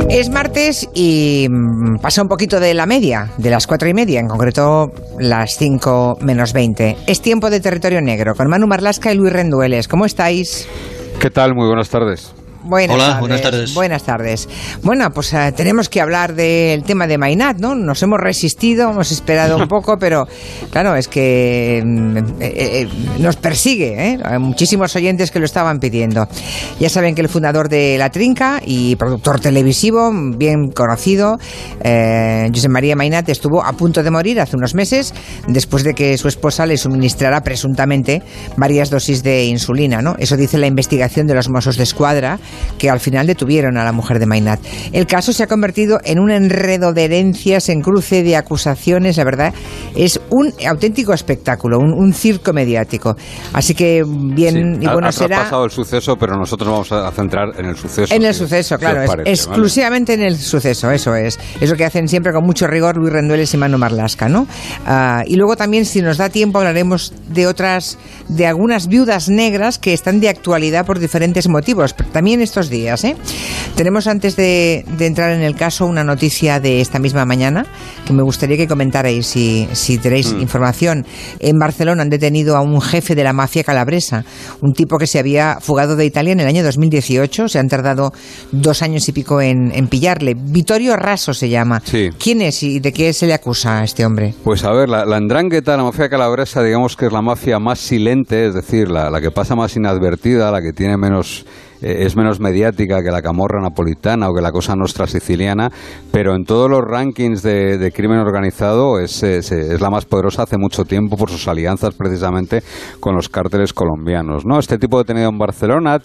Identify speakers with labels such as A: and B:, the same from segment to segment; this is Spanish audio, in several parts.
A: Es martes y pasa un poquito de la media, de las 4:30, en concreto las 5 menos 20. Es tiempo de Territorio Negro, con Manu Marlasca y Luis Rendueles. ¿Cómo estáis?
B: ¿Qué tal? Muy buenas tardes.
C: Hola, buenas tardes.
A: Buenas tardes. Bueno, pues tenemos que hablar del tema de Mainat, ¿no? Nos hemos resistido, hemos esperado un poco, pero claro, es que nos persigue, ¿eh? Hay muchísimos oyentes que lo estaban pidiendo. Ya saben que el fundador de La Trinca y productor televisivo, bien conocido, Josep María Mainat, estuvo a punto de morir hace unos meses, después de que su esposa le suministrara presuntamente varias dosis de insulina, ¿no? Eso dice la investigación de los Mossos d'Esquadra, que al final detuvieron a la mujer de Mainat. El caso se ha convertido en un enredo de herencias, en cruce de acusaciones. La verdad, es un auténtico espectáculo, un circo mediático. Así que bien, sí, y bueno será...
B: Ha pasado el suceso, pero nosotros vamos a centrar en el suceso.
A: En el suceso, claro, parece, exclusivamente, ¿vale? En el suceso, eso es. Es lo que hacen siempre con mucho rigor Luis Rendueles y Manu Marlasca, ¿no? Y luego también, si nos da tiempo, hablaremos de algunas viudas negras que están de actualidad por diferentes motivos. También estos días, ¿eh? Tenemos, antes de entrar en el caso, una noticia de esta misma mañana que me gustaría que comentarais si tenéis información. En Barcelona han detenido a un jefe de la mafia calabresa, un tipo que se había fugado de Italia en el año 2018. Se han tardado 2 años y pico en pillarle. Vittorio Raso se llama.
B: Sí.
A: ¿Quién es y de qué se le acusa a este hombre?
B: Pues a ver, la 'ndrangheta, la mafia calabresa, digamos que es la mafia más silente, es decir, la que pasa más inadvertida, la que tiene menos... es menos mediática que la camorra napolitana o que la cosa nostra siciliana, pero en todos los rankings de crimen organizado es la más poderosa hace mucho tiempo por sus alianzas precisamente con los cárteles colombianos, ¿no? Este tipo detenido en Barcelona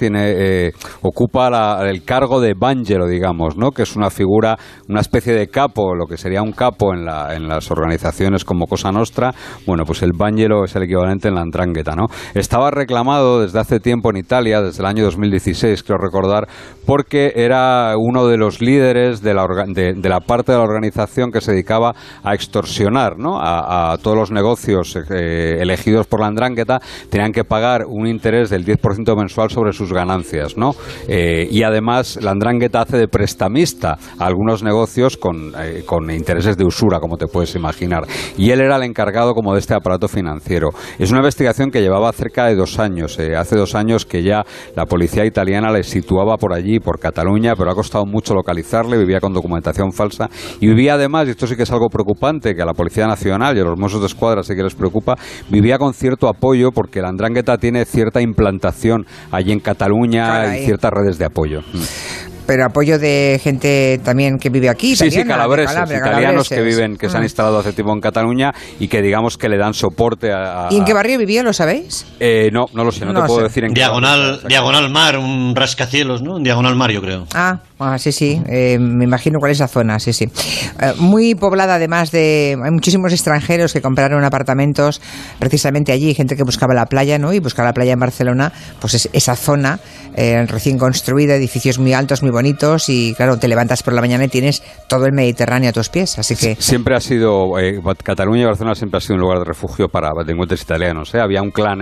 B: ocupa el cargo de Vangelo, digamos, ¿no? Que es una figura, una especie de capo, lo que sería un capo en las organizaciones como Cosa Nostra. Bueno, pues el Vangelo es el equivalente en la 'ndrangheta, ¿no? Estaba reclamado desde hace tiempo en Italia, desde el año 2016, creo recordar, porque era uno de los líderes de la parte de la organización que se dedicaba a extorsionar, ¿no? A todos los negocios elegidos por la 'ndrangheta tenían que pagar un interés del 10% mensual sobre sus ganancias, ¿no? Y además la 'ndrangheta hace de prestamista a algunos negocios con intereses de usura, como te puedes imaginar. Y él era el encargado como de este aparato financiero. Es una investigación que llevaba cerca de 2 años. Hace 2 años que ya la policía italiana le situaba por allí, por Cataluña, pero ha costado mucho localizarle. Vivía con documentación falsa y vivía además, y esto sí que es algo preocupante, que a la Policía Nacional y a los Mossos d'Esquadra sí que les preocupa, vivía con cierto apoyo porque la 'ndrangheta tiene cierta implantación allí en Cataluña. Caray. Y ciertas redes de apoyo.
A: Pero apoyo de gente también que vive aquí.
B: Sí, calabreses, italianos que se han instalado hace tiempo en Cataluña y que digamos que le dan soporte a...
A: ¿Y en qué barrio vivía, lo sabéis?
B: No lo sé, no te puedo decir en qué barrio.
C: Diagonal Mar, un rascacielos, ¿no? En Diagonal Mar, yo creo.
A: Sí, me imagino cuál es la zona, sí. Muy poblada, además hay muchísimos extranjeros que compraron apartamentos precisamente allí, gente que buscaba la playa, ¿no? Y buscar la playa en Barcelona, pues es esa zona recién construida, edificios muy altos, muy bonitos, y claro, te levantas por la mañana y tienes todo el Mediterráneo a tus pies, así que...
B: Siempre ha sido, Cataluña y Barcelona siempre ha sido un lugar de refugio para delincuentes italianos, ¿eh? Había un clan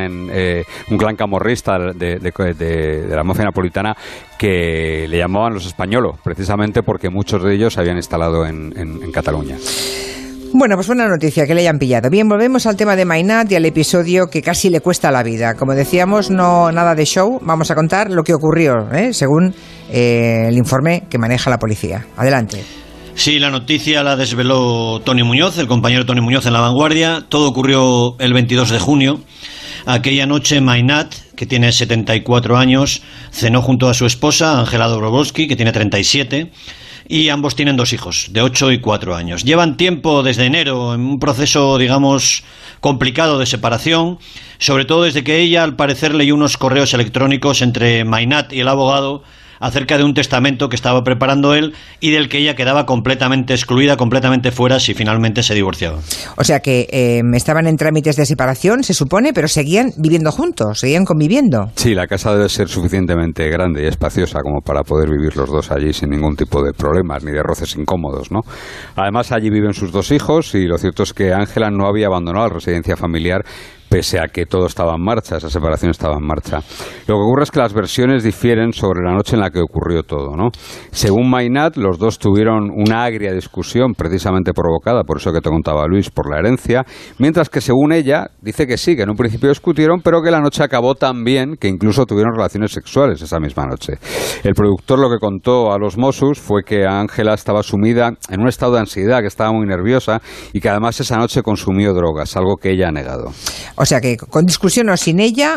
B: camorrista de la mafia napolitana que le llamaban los españolos, precisamente porque muchos de ellos se habían instalado en Cataluña.
A: Bueno, pues buena noticia que le hayan pillado. Bien, volvemos al tema de Mainat y al episodio que casi le cuesta la vida. Como decíamos, no nada de show, vamos a contar lo que ocurrió, según el informe que maneja la policía. Adelante.
C: Sí, la noticia la desveló Tony Muñoz, el compañero Tony Muñoz en La Vanguardia. Todo ocurrió el 22 de junio. Aquella noche Mainat, que tiene 74 años, cenó junto a su esposa, Ángela Dobrowolski, que tiene 37, y ambos tienen 2 hijos, de 8 y 4 años. Llevan tiempo desde enero en un proceso, digamos, complicado de separación, sobre todo desde que ella, al parecer, leyó unos correos electrónicos entre Mainat y el abogado acerca de un testamento que estaba preparando él y del que ella quedaba completamente excluida, completamente fuera si finalmente se divorciaba.
A: O sea que estaban en trámites de separación, se supone, pero seguían viviendo juntos, seguían conviviendo.
B: Sí, la casa debe ser suficientemente grande y espaciosa como para poder vivir los dos allí sin ningún tipo de problemas ni de roces incómodos, ¿no? Además, allí viven sus 2 hijos y lo cierto es que Ángela no había abandonado la residencia familiar pese a que todo estaba en marcha, esa separación estaba en marcha. Lo que ocurre es que las versiones difieren sobre la noche en la que ocurrió todo, ¿no? Según Mainat, los dos tuvieron una agria discusión precisamente provocada, por eso que te contaba Luis, por la herencia, mientras que según ella, dice que sí, que en un principio discutieron, pero que la noche acabó tan bien que incluso tuvieron relaciones sexuales esa misma noche. El productor lo que contó a los Mossos fue que Ángela estaba sumida en un estado de ansiedad, que estaba muy nerviosa y que además esa noche consumió drogas, algo que ella ha negado.
A: O sea que con discusión o sin ella,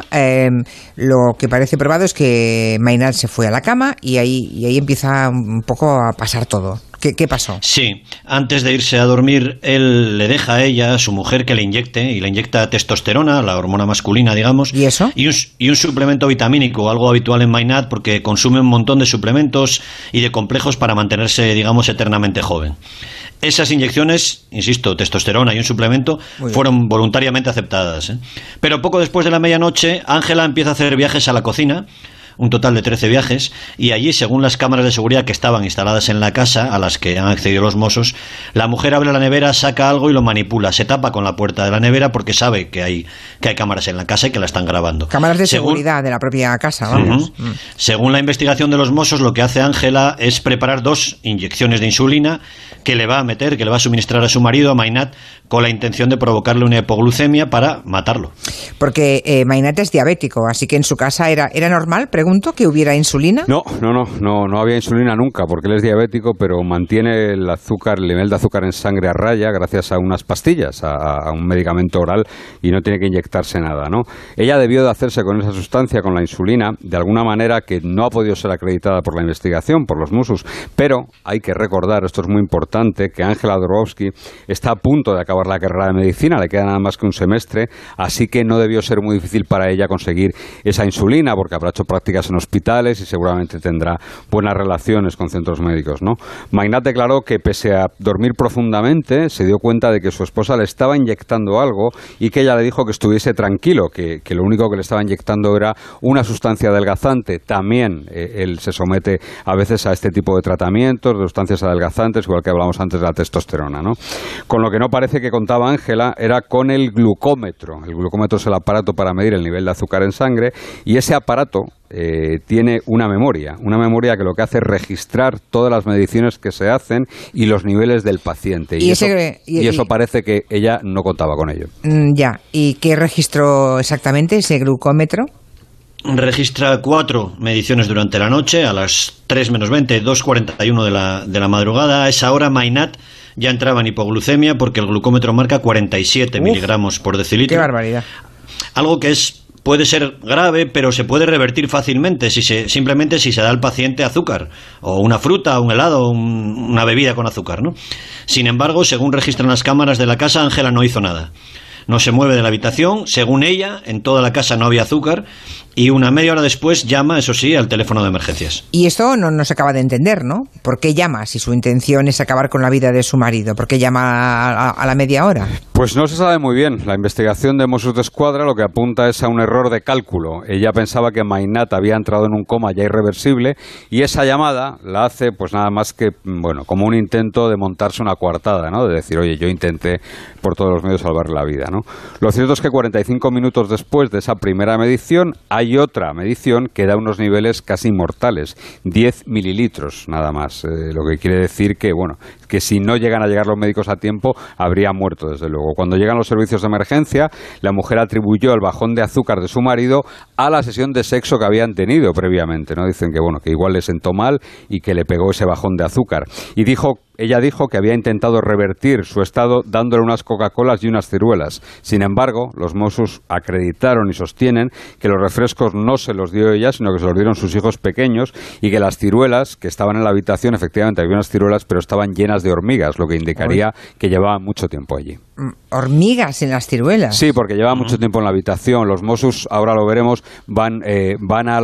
A: lo que parece probado es que Mainat se fue a la cama y ahí empieza un poco a pasar todo. ¿Qué pasó?
C: Sí, antes de irse a dormir, él le deja a ella, a su mujer, que le inyecta testosterona, la hormona masculina, digamos.
A: ¿Y eso?
C: Y un suplemento vitamínico, algo habitual en Mainat, porque consume un montón de suplementos y de complejos para mantenerse, digamos, eternamente joven. Esas inyecciones, insisto, testosterona y un suplemento, fueron voluntariamente aceptadas, ¿eh? Pero poco después de la medianoche, Ángela empieza a hacer viajes a la cocina, un total de 13 viajes, y allí, según las cámaras de seguridad que estaban instaladas en la casa, a las que han accedido los Mossos, la mujer abre la nevera, saca algo y lo manipula, se tapa con la puerta de la nevera porque sabe que hay cámaras en la casa y que la están grabando.
A: Cámaras de seguridad de la propia casa, vamos.
C: Según la investigación de los Mossos, lo que hace Ángela es preparar 2 inyecciones de insulina que le va a suministrar a su marido, a Mainat, con la intención de provocarle una hipoglucemia para matarlo.
A: Porque Mainat es diabético, así que en su casa era normal, pregunto, que hubiera insulina.
B: No había insulina nunca, porque él es diabético, pero mantiene el nivel de azúcar en sangre a raya gracias a unas pastillas, a un medicamento oral, y no tiene que inyectarse nada, ¿no? Ella debió de hacerse con esa sustancia, con la insulina, de alguna manera que no ha podido ser acreditada por la investigación, por los Mossos, pero hay que recordar, esto es muy importante, que Ángela Dąbrowski está a punto de acabar la carrera de medicina, le queda nada más que un semestre, así que no debió ser muy difícil para ella conseguir esa insulina, porque habrá hecho prácticas en hospitales y seguramente tendrá buenas relaciones con centros médicos, ¿no? Mainat declaró que pese a dormir profundamente, se dio cuenta de que su esposa le estaba inyectando algo y que ella le dijo que estuviese tranquilo, que lo único que le estaba inyectando era una sustancia adelgazante. También él se somete a veces a este tipo de tratamientos, de sustancias adelgazantes, igual que hablamos antes de la testosterona, ¿no? Con lo que no parece que contaba Ángela era con el glucómetro. El glucómetro es el aparato para medir el nivel de azúcar en sangre, y ese aparato tiene una memoria que lo que hace es registrar todas las mediciones que se hacen y los niveles del paciente. Y eso parece que ella no contaba con ello.
A: Ya. ¿Y qué registró exactamente ese glucómetro?
C: Registra 4 mediciones durante la noche, a las 3 menos 20, 2:41 de la madrugada. A esa hora Mainat ya entraba en hipoglucemia porque el glucómetro marca 47 miligramos por decilitro.
A: ¡Qué barbaridad!
C: Algo que puede ser grave, pero se puede revertir fácilmente simplemente si se da al paciente azúcar, o una fruta, un helado, una bebida con azúcar, ¿no? Sin embargo, según registran las cámaras de la casa, Ángela no hizo nada. No se mueve de la habitación. Según ella, en toda la casa no había azúcar, y una media hora después llama, eso sí, al teléfono de emergencias.
A: Y esto no se acaba de entender, ¿no? ¿Por qué llama si su intención es acabar con la vida de su marido? ¿Por qué llama a la media hora?
B: Pues no se sabe muy bien. La investigación de Mossos d'Esquadra lo que apunta es a un error de cálculo. Ella pensaba que Mainat había entrado en un coma ya irreversible, y esa llamada la hace pues nada más que, como un intento de montarse una coartada, ¿no? De decir, oye, yo intenté por todos los medios salvarle la vida, ¿no? Lo cierto es que 45 minutos después de esa primera medición hay otra medición que da unos niveles casi mortales, 10 mililitros nada más, lo que quiere decir que si no llegan a llegar los médicos a tiempo habría muerto, desde luego. Cuando llegan los servicios de emergencia, la mujer atribuyó el bajón de azúcar de su marido a la sesión de sexo que habían tenido previamente, ¿no? Dicen que igual le sentó mal y que le pegó ese bajón de azúcar, y ella dijo que había intentado revertir su estado dándole unas Coca-Colas y unas ciruelas. Sin embargo, los Mossos acreditaron y sostienen que los refrescos no se los dio ella, sino que se los dieron sus hijos pequeños, y que las ciruelas que estaban en la habitación, efectivamente había unas ciruelas, pero estaban llenas de hormigas, lo que indicaría que llevaba mucho tiempo allí.
A: ¿Hormigas en las ciruelas?
B: Sí, porque llevaba mucho tiempo en la habitación. Los Mossos, ahora lo veremos, van a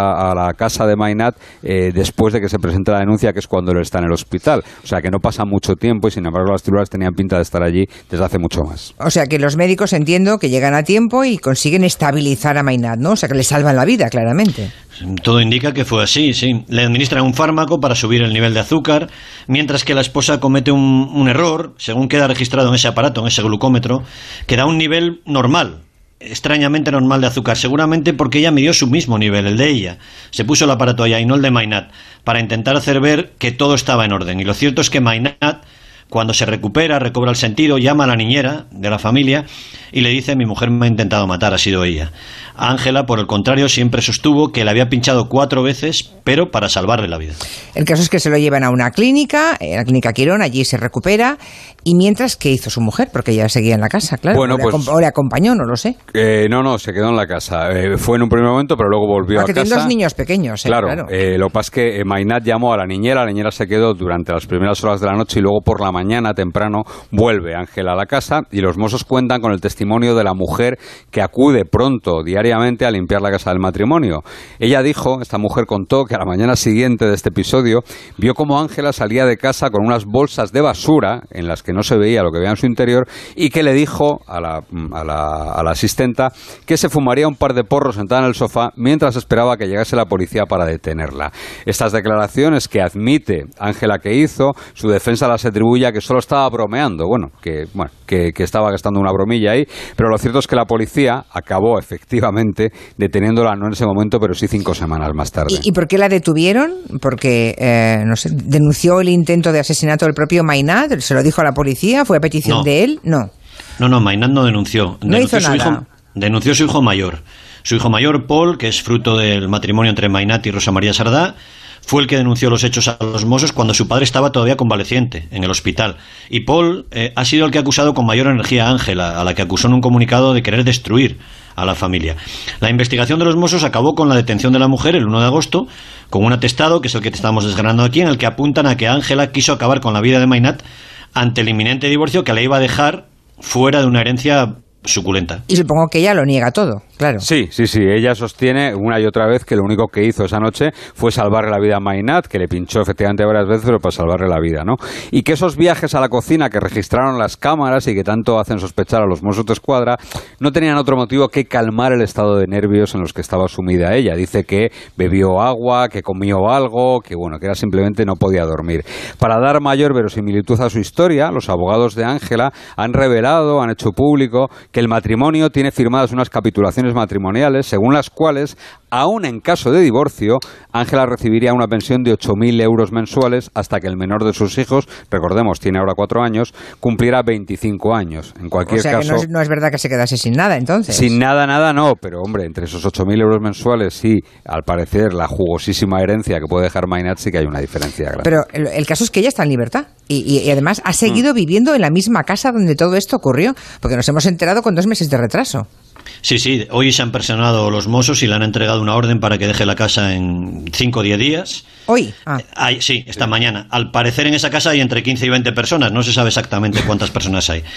B: la casa de Mainat después de que se presente la denuncia, que es cuando él está en el hospital. O sea, que no pasa mucho tiempo, y sin embargo las ciruelas tenían pinta de estar allí desde hace mucho más.
A: O sea, que los médicos, entiendo que llegan a tiempo y consiguen estabilizar a Mainat, ¿no? O sea, que le salvan la vida, claramente.
C: Todo indica que fue así, sí. Le administran un fármaco para subir el nivel de azúcar, mientras que la esposa comete un error, según queda registrado en ese aparato, en ese glucómetro, que da un nivel normal. extrañamente normal de azúcar, seguramente porque ella midió su mismo nivel, el de ella. Se puso el aparato allá y no el de Mainat, para intentar hacer ver que todo estaba en orden. Y lo cierto es que Mainat, cuando se recobra el sentido, llama a la niñera de la familia y le dice: mi mujer me ha intentado matar, ha sido ella. Ángela, por el contrario, siempre sostuvo que le había pinchado 4 veces, pero para salvarle la vida.
A: El caso es que se lo llevan a una clínica, la clínica Quirón, allí se recupera. Y mientras, ¿qué hizo su mujer? Porque ella seguía en la casa, claro.
B: Bueno,
A: o le acompañó, no lo sé.
B: No, se quedó en la casa. Fue en un primer momento, pero luego volvió a casa.
A: Tiene 2 niños pequeños,
B: claro.
A: Claro.
B: Lo que pasa es que Mainat llamó a la niñera se quedó durante las primeras horas de la noche y luego por la mañana temprano vuelve Ángela a la casa y los Mossos cuentan con el testimonio de la mujer que acude pronto, diariamente, a limpiar la casa del matrimonio. Esta mujer contó que a la mañana siguiente de este episodio vio cómo Ángela salía de casa con unas bolsas de basura en las que no se veía lo que veía en su interior y que le dijo a la asistenta que se fumaría un par de porros sentada en el sofá mientras esperaba que llegase la policía para detenerla. Estas declaraciones que admite Ángela que hizo, su defensa las atribuye a que solo estaba bromeando, que estaba gastando una bromilla ahí, pero lo cierto es que la policía acabó efectivamente deteniéndola no en ese momento, pero sí 5 semanas más tarde.
A: ¿Y por qué la detuvieron? Porque, denunció el intento de asesinato del propio Mainat, se lo dijo a la policía, fue a petición de él, no.
C: No, Mainat no denunció.
A: Hizo nada.
C: Denunció su hijo mayor. Su hijo mayor, Paul, que es fruto del matrimonio entre Mainat y Rosa María Sardá, fue el que denunció los hechos a los Mossos cuando su padre estaba todavía convaleciente en el hospital. Y Paul ha sido el que ha acusado con mayor energía a Ángela, a la que acusó en un comunicado de querer destruir a la familia. La investigación de los Mossos acabó con la detención de la mujer el 1 de agosto, con un atestado, que es el que te estamos desgranando aquí, en el que apuntan a que Ángela quiso acabar con la vida de Mainat ante el inminente divorcio que le iba a dejar fuera de una herencia suculenta.
A: Y supongo que ella lo niega todo, claro.
B: Sí. Ella sostiene una y otra vez que lo único que hizo esa noche fue salvarle la vida a Mainat, que le pinchó efectivamente varias veces, pero para salvarle la vida, ¿no? Y que esos viajes a la cocina que registraron las cámaras y que tanto hacen sospechar a los Mossos de Escuadra no tenían otro motivo que calmar el estado de nervios en los que estaba sumida ella. Dice que bebió agua, que comió algo, que era simplemente no podía dormir. Para dar mayor verosimilitud a su historia, los abogados de Ángela han hecho público que el matrimonio tiene firmadas unas capitulaciones matrimoniales según las cuales, aún en caso de divorcio, Ángela recibiría una pensión de 8.000 euros mensuales hasta que el menor de sus hijos, recordemos, tiene ahora 4 años, cumpliera 25 años. En cualquier caso,
A: que no es verdad que se quedase sin nada, entonces.
B: Sin nada no, pero hombre, entre esos 8.000 euros mensuales sí, al parecer la jugosísima herencia que puede dejar Mainat sí que hay una diferencia grande.
A: Pero el caso es que ella está en libertad y además ha seguido viviendo en la misma casa donde todo esto ocurrió, porque nos hemos enterado con 2 meses de retraso.
C: Sí, hoy se han personado los Mossos y le han entregado una orden para que deje la casa en 5 o 10 días.
A: ¿Hoy?
C: Sí, esta mañana. Al parecer en esa casa hay entre 15 y 20 personas, no se sabe exactamente cuántas personas hay.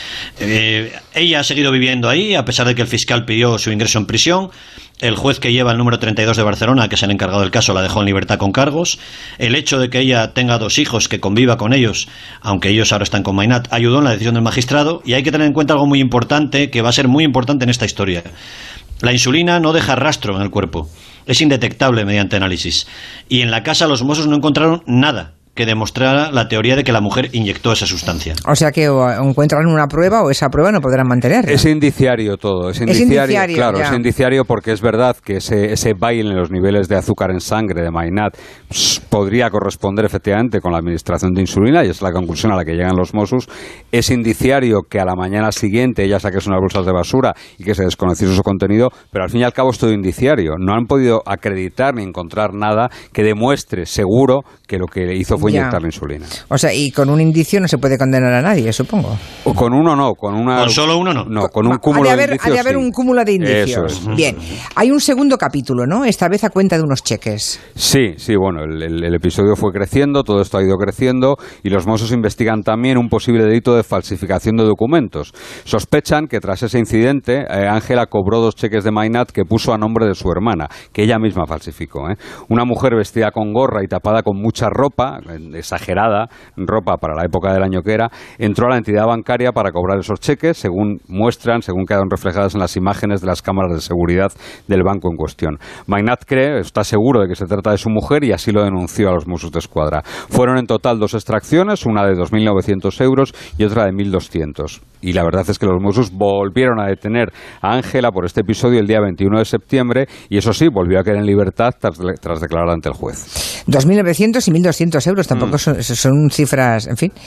C: Ella ha seguido viviendo ahí, a pesar de que el fiscal pidió su ingreso en prisión. El juez que lleva el número 32 de Barcelona, que es el encargado del caso, la dejó en libertad con cargos. El hecho de que ella tenga 2 hijos, que conviva con ellos, aunque ellos ahora están con Mainat, ayudó en la decisión del magistrado. Y hay que tener en cuenta algo muy importante, que va a ser muy importante en esta historia. La insulina no deja rastro en el cuerpo. Es indetectable mediante análisis. Y en la casa los Mossos no encontraron nada que demostrara la teoría de que la mujer inyectó esa sustancia.
A: O sea que o encuentran una prueba o esa prueba no podrán mantenerla.
B: Es indiciario todo. Es indiciario, claro,
A: ya.
B: Es indiciario porque es verdad que ese baile en los niveles de azúcar en sangre de Mainat podría corresponder efectivamente con la administración de insulina, y es la conclusión a la que llegan los Mossos. Es indiciario que a la mañana siguiente ella saque unas bolsas de basura y que se desconociese su contenido, pero al fin y al cabo es todo indiciario. No han podido acreditar ni encontrar nada que demuestre seguro que lo que hizo fue inyectar la insulina.
A: O sea, y con un indicio no se puede condenar a nadie, supongo.
B: O con uno no, con
C: solo uno no.
B: No, con un cúmulo de indicios.
A: Ha de haber un cúmulo de indicios.
B: Eso es.
A: Bien. Hay un segundo capítulo, ¿no? Esta vez a cuenta de unos cheques.
B: Sí, bueno, el episodio fue creciendo, todo esto ha ido creciendo y los Mossos investigan también un posible delito de falsificación de documentos. Sospechan que tras ese incidente, Ángela cobró 2 cheques de Mainat que puso a nombre de su hermana, que ella misma falsificó. Una mujer vestida con gorra y tapada con mucha ropa, exagerada ropa para la época del año que era, entró a la entidad bancaria para cobrar esos cheques, según quedan reflejadas en las imágenes de las cámaras de seguridad del banco en cuestión. Mainat está seguro de que se trata de su mujer y así lo denunció a los Mossos d'Esquadra. Fueron en total 2 extracciones, una de 2.900 euros y otra de 1.200. Y la verdad es que los Mossos volvieron a detener a Ángela por este episodio el día 21 de septiembre y eso sí, volvió a quedar en libertad tras declarar ante el juez.
A: 2.900 y 1.200 euros tampoco son cifras, en fin.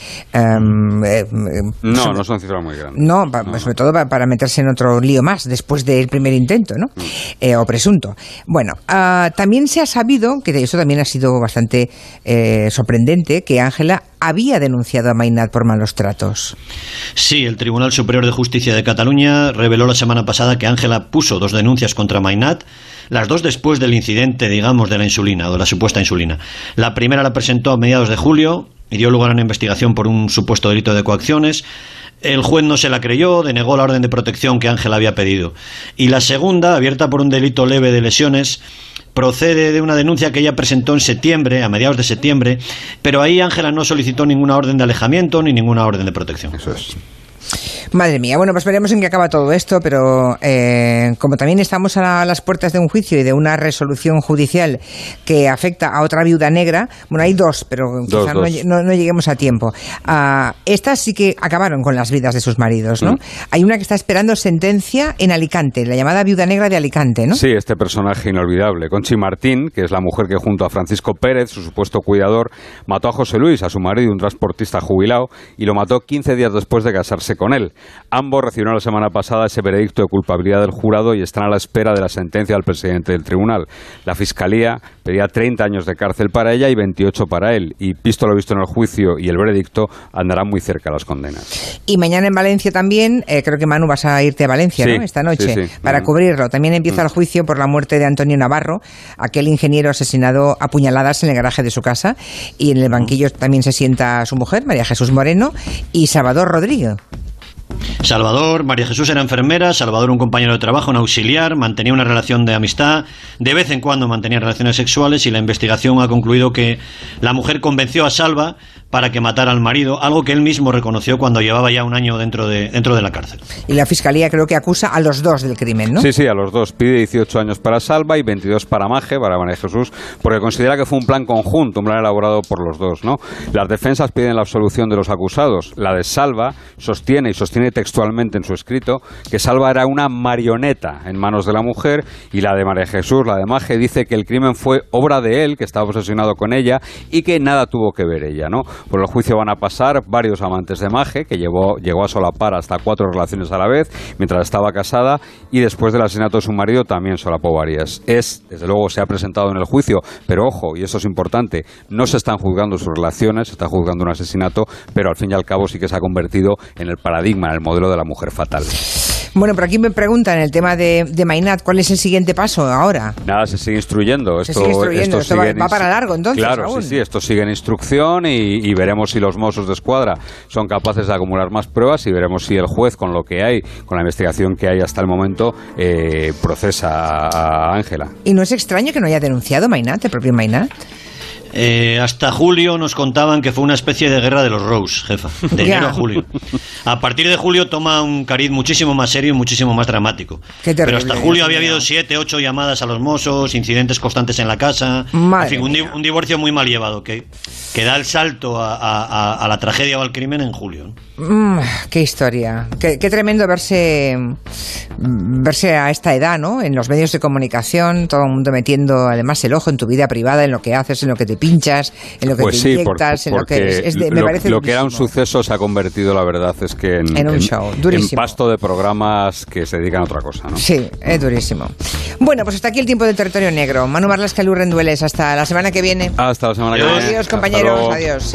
B: No son cifras muy grandes.
A: No, sobre todo para meterse en otro lío más después del primer intento, ¿no? O presunto. Bueno, también se ha sabido, que eso también ha sido bastante sorprendente, que Ángela había denunciado a Mainat por malos tratos.
C: Sí, el Tribunal Superior de Justicia de Cataluña reveló la semana pasada que Ángela puso 2 denuncias contra Mainat, las 2 después del incidente, digamos, de la insulina, o de la supuesta insulina. La primera la presentó a mediados de julio y dio lugar a una investigación por un supuesto delito de coacciones. El juez no se la creyó, denegó la orden de protección que Ángela había pedido. Y la segunda, abierta por un delito leve de lesiones, procede de una denuncia que ella presentó en septiembre, a mediados de septiembre, pero ahí Ángela no solicitó ninguna orden de alejamiento ni ninguna orden de protección.
B: Eso es.
A: Madre mía, bueno, pues veremos en qué acaba todo esto, pero como también estamos a las puertas de un juicio y de una resolución judicial que afecta a otra viuda negra, bueno, hay 2, pero quizás no lleguemos a tiempo. Estas sí que acabaron con las vidas de sus maridos, ¿no? Hay una que está esperando sentencia en Alicante, la llamada viuda negra de Alicante, ¿no?
B: Sí, este personaje inolvidable. Conchi Martín, que es la mujer que junto a Francisco Pérez, su supuesto cuidador, mató a José Luis, a su marido, un transportista jubilado, y lo mató 15 días después de casarse con él. Ambos recibieron la semana pasada ese veredicto de culpabilidad del jurado y están a la espera de la sentencia del presidente del tribunal. La Fiscalía pedía 30 años de cárcel para ella y 28 para él. Y visto lo visto en el juicio y el veredicto, andarán muy cerca las condenas.
A: Y mañana en Valencia también, creo que Manu vas a irte a Valencia,
B: sí,
A: ¿no? Esta noche,
B: sí.
A: Para cubrirlo. También empieza el juicio por la muerte de Antonio Navarro, aquel ingeniero asesinado a puñaladas en el garaje de su casa. Y en el banquillo también se sienta su mujer, María Jesús Moreno, y Salvador Rodríguez.
C: Salvador, María Jesús era enfermera, Salvador un compañero de trabajo, un auxiliar, mantenía una relación de amistad, de vez en cuando mantenía relaciones sexuales y la investigación ha concluido que la mujer convenció a Salva para que matara al marido, algo que él mismo reconoció cuando llevaba ya un año dentro de la cárcel.
A: Y la Fiscalía creo que acusa a los 2 del crimen, ¿no?
B: Sí, a los 2. Pide 18 años para Salva y 22 para Maje, para María Jesús, porque considera que fue un plan conjunto, un plan elaborado por los 2, ¿no? Las defensas piden la absolución de los acusados. La de Salva sostiene textualmente en su escrito que Salva era una marioneta en manos de la mujer, y la de María Jesús, la de Maje, dice que el crimen fue obra de él, que estaba obsesionado con ella y que nada tuvo que ver ella, ¿no? Por el juicio van a pasar varios amantes de Maje, que llegó a solapar hasta 4 relaciones a la vez mientras estaba casada, y después del asesinato de su marido también solapó varias. Desde luego se ha presentado en el juicio, pero ojo, y esto es importante, no se están juzgando sus relaciones, se está juzgando un asesinato, pero al fin y al cabo sí que se ha convertido en el paradigma, en el modelo de la mujer fatal.
A: Bueno, por aquí me preguntan el tema de Mainat, ¿cuál es el siguiente paso ahora?
B: Nada, se sigue instruyendo.
A: Esto va para largo, entonces.
B: Claro,
A: aún.
B: Sí, esto sigue en instrucción y veremos si los Mossos d'Esquadra son capaces de acumular más pruebas y veremos si el juez, con lo que hay, con la investigación que hay hasta el momento, procesa a Ángela.
A: ¿Y no es extraño que no haya denunciado Mainat, el propio Mainat?
C: Hasta julio nos contaban que fue una especie de guerra de los Rose, jefa, de enero a julio. A partir de julio toma un cariz muchísimo más serio y muchísimo más dramático. Pero hasta julio había habido 7, 8 llamadas a los Mossos, incidentes constantes en la casa, en fin, un divorcio muy mal llevado que da el salto a la tragedia o al crimen en julio.
A: Qué historia, qué tremendo verse a esta edad, ¿no? En los medios de comunicación, todo el mundo metiendo además el ojo en tu vida privada, en lo que haces, en lo que te pinchas, en lo que te inyectas, en lo que me parece
B: lo que era un suceso se ha convertido, la verdad es que
A: en un show durísimo,
B: en pasto de programas que se dedican a otra cosa, ¿no?
A: Sí, es durísimo. Bueno, pues hasta aquí el tiempo del territorio negro. Manu Marlasca, Luz Rendueles, hasta la semana que viene.
B: Hasta la semana que viene.
A: Adiós, compañeros, adiós.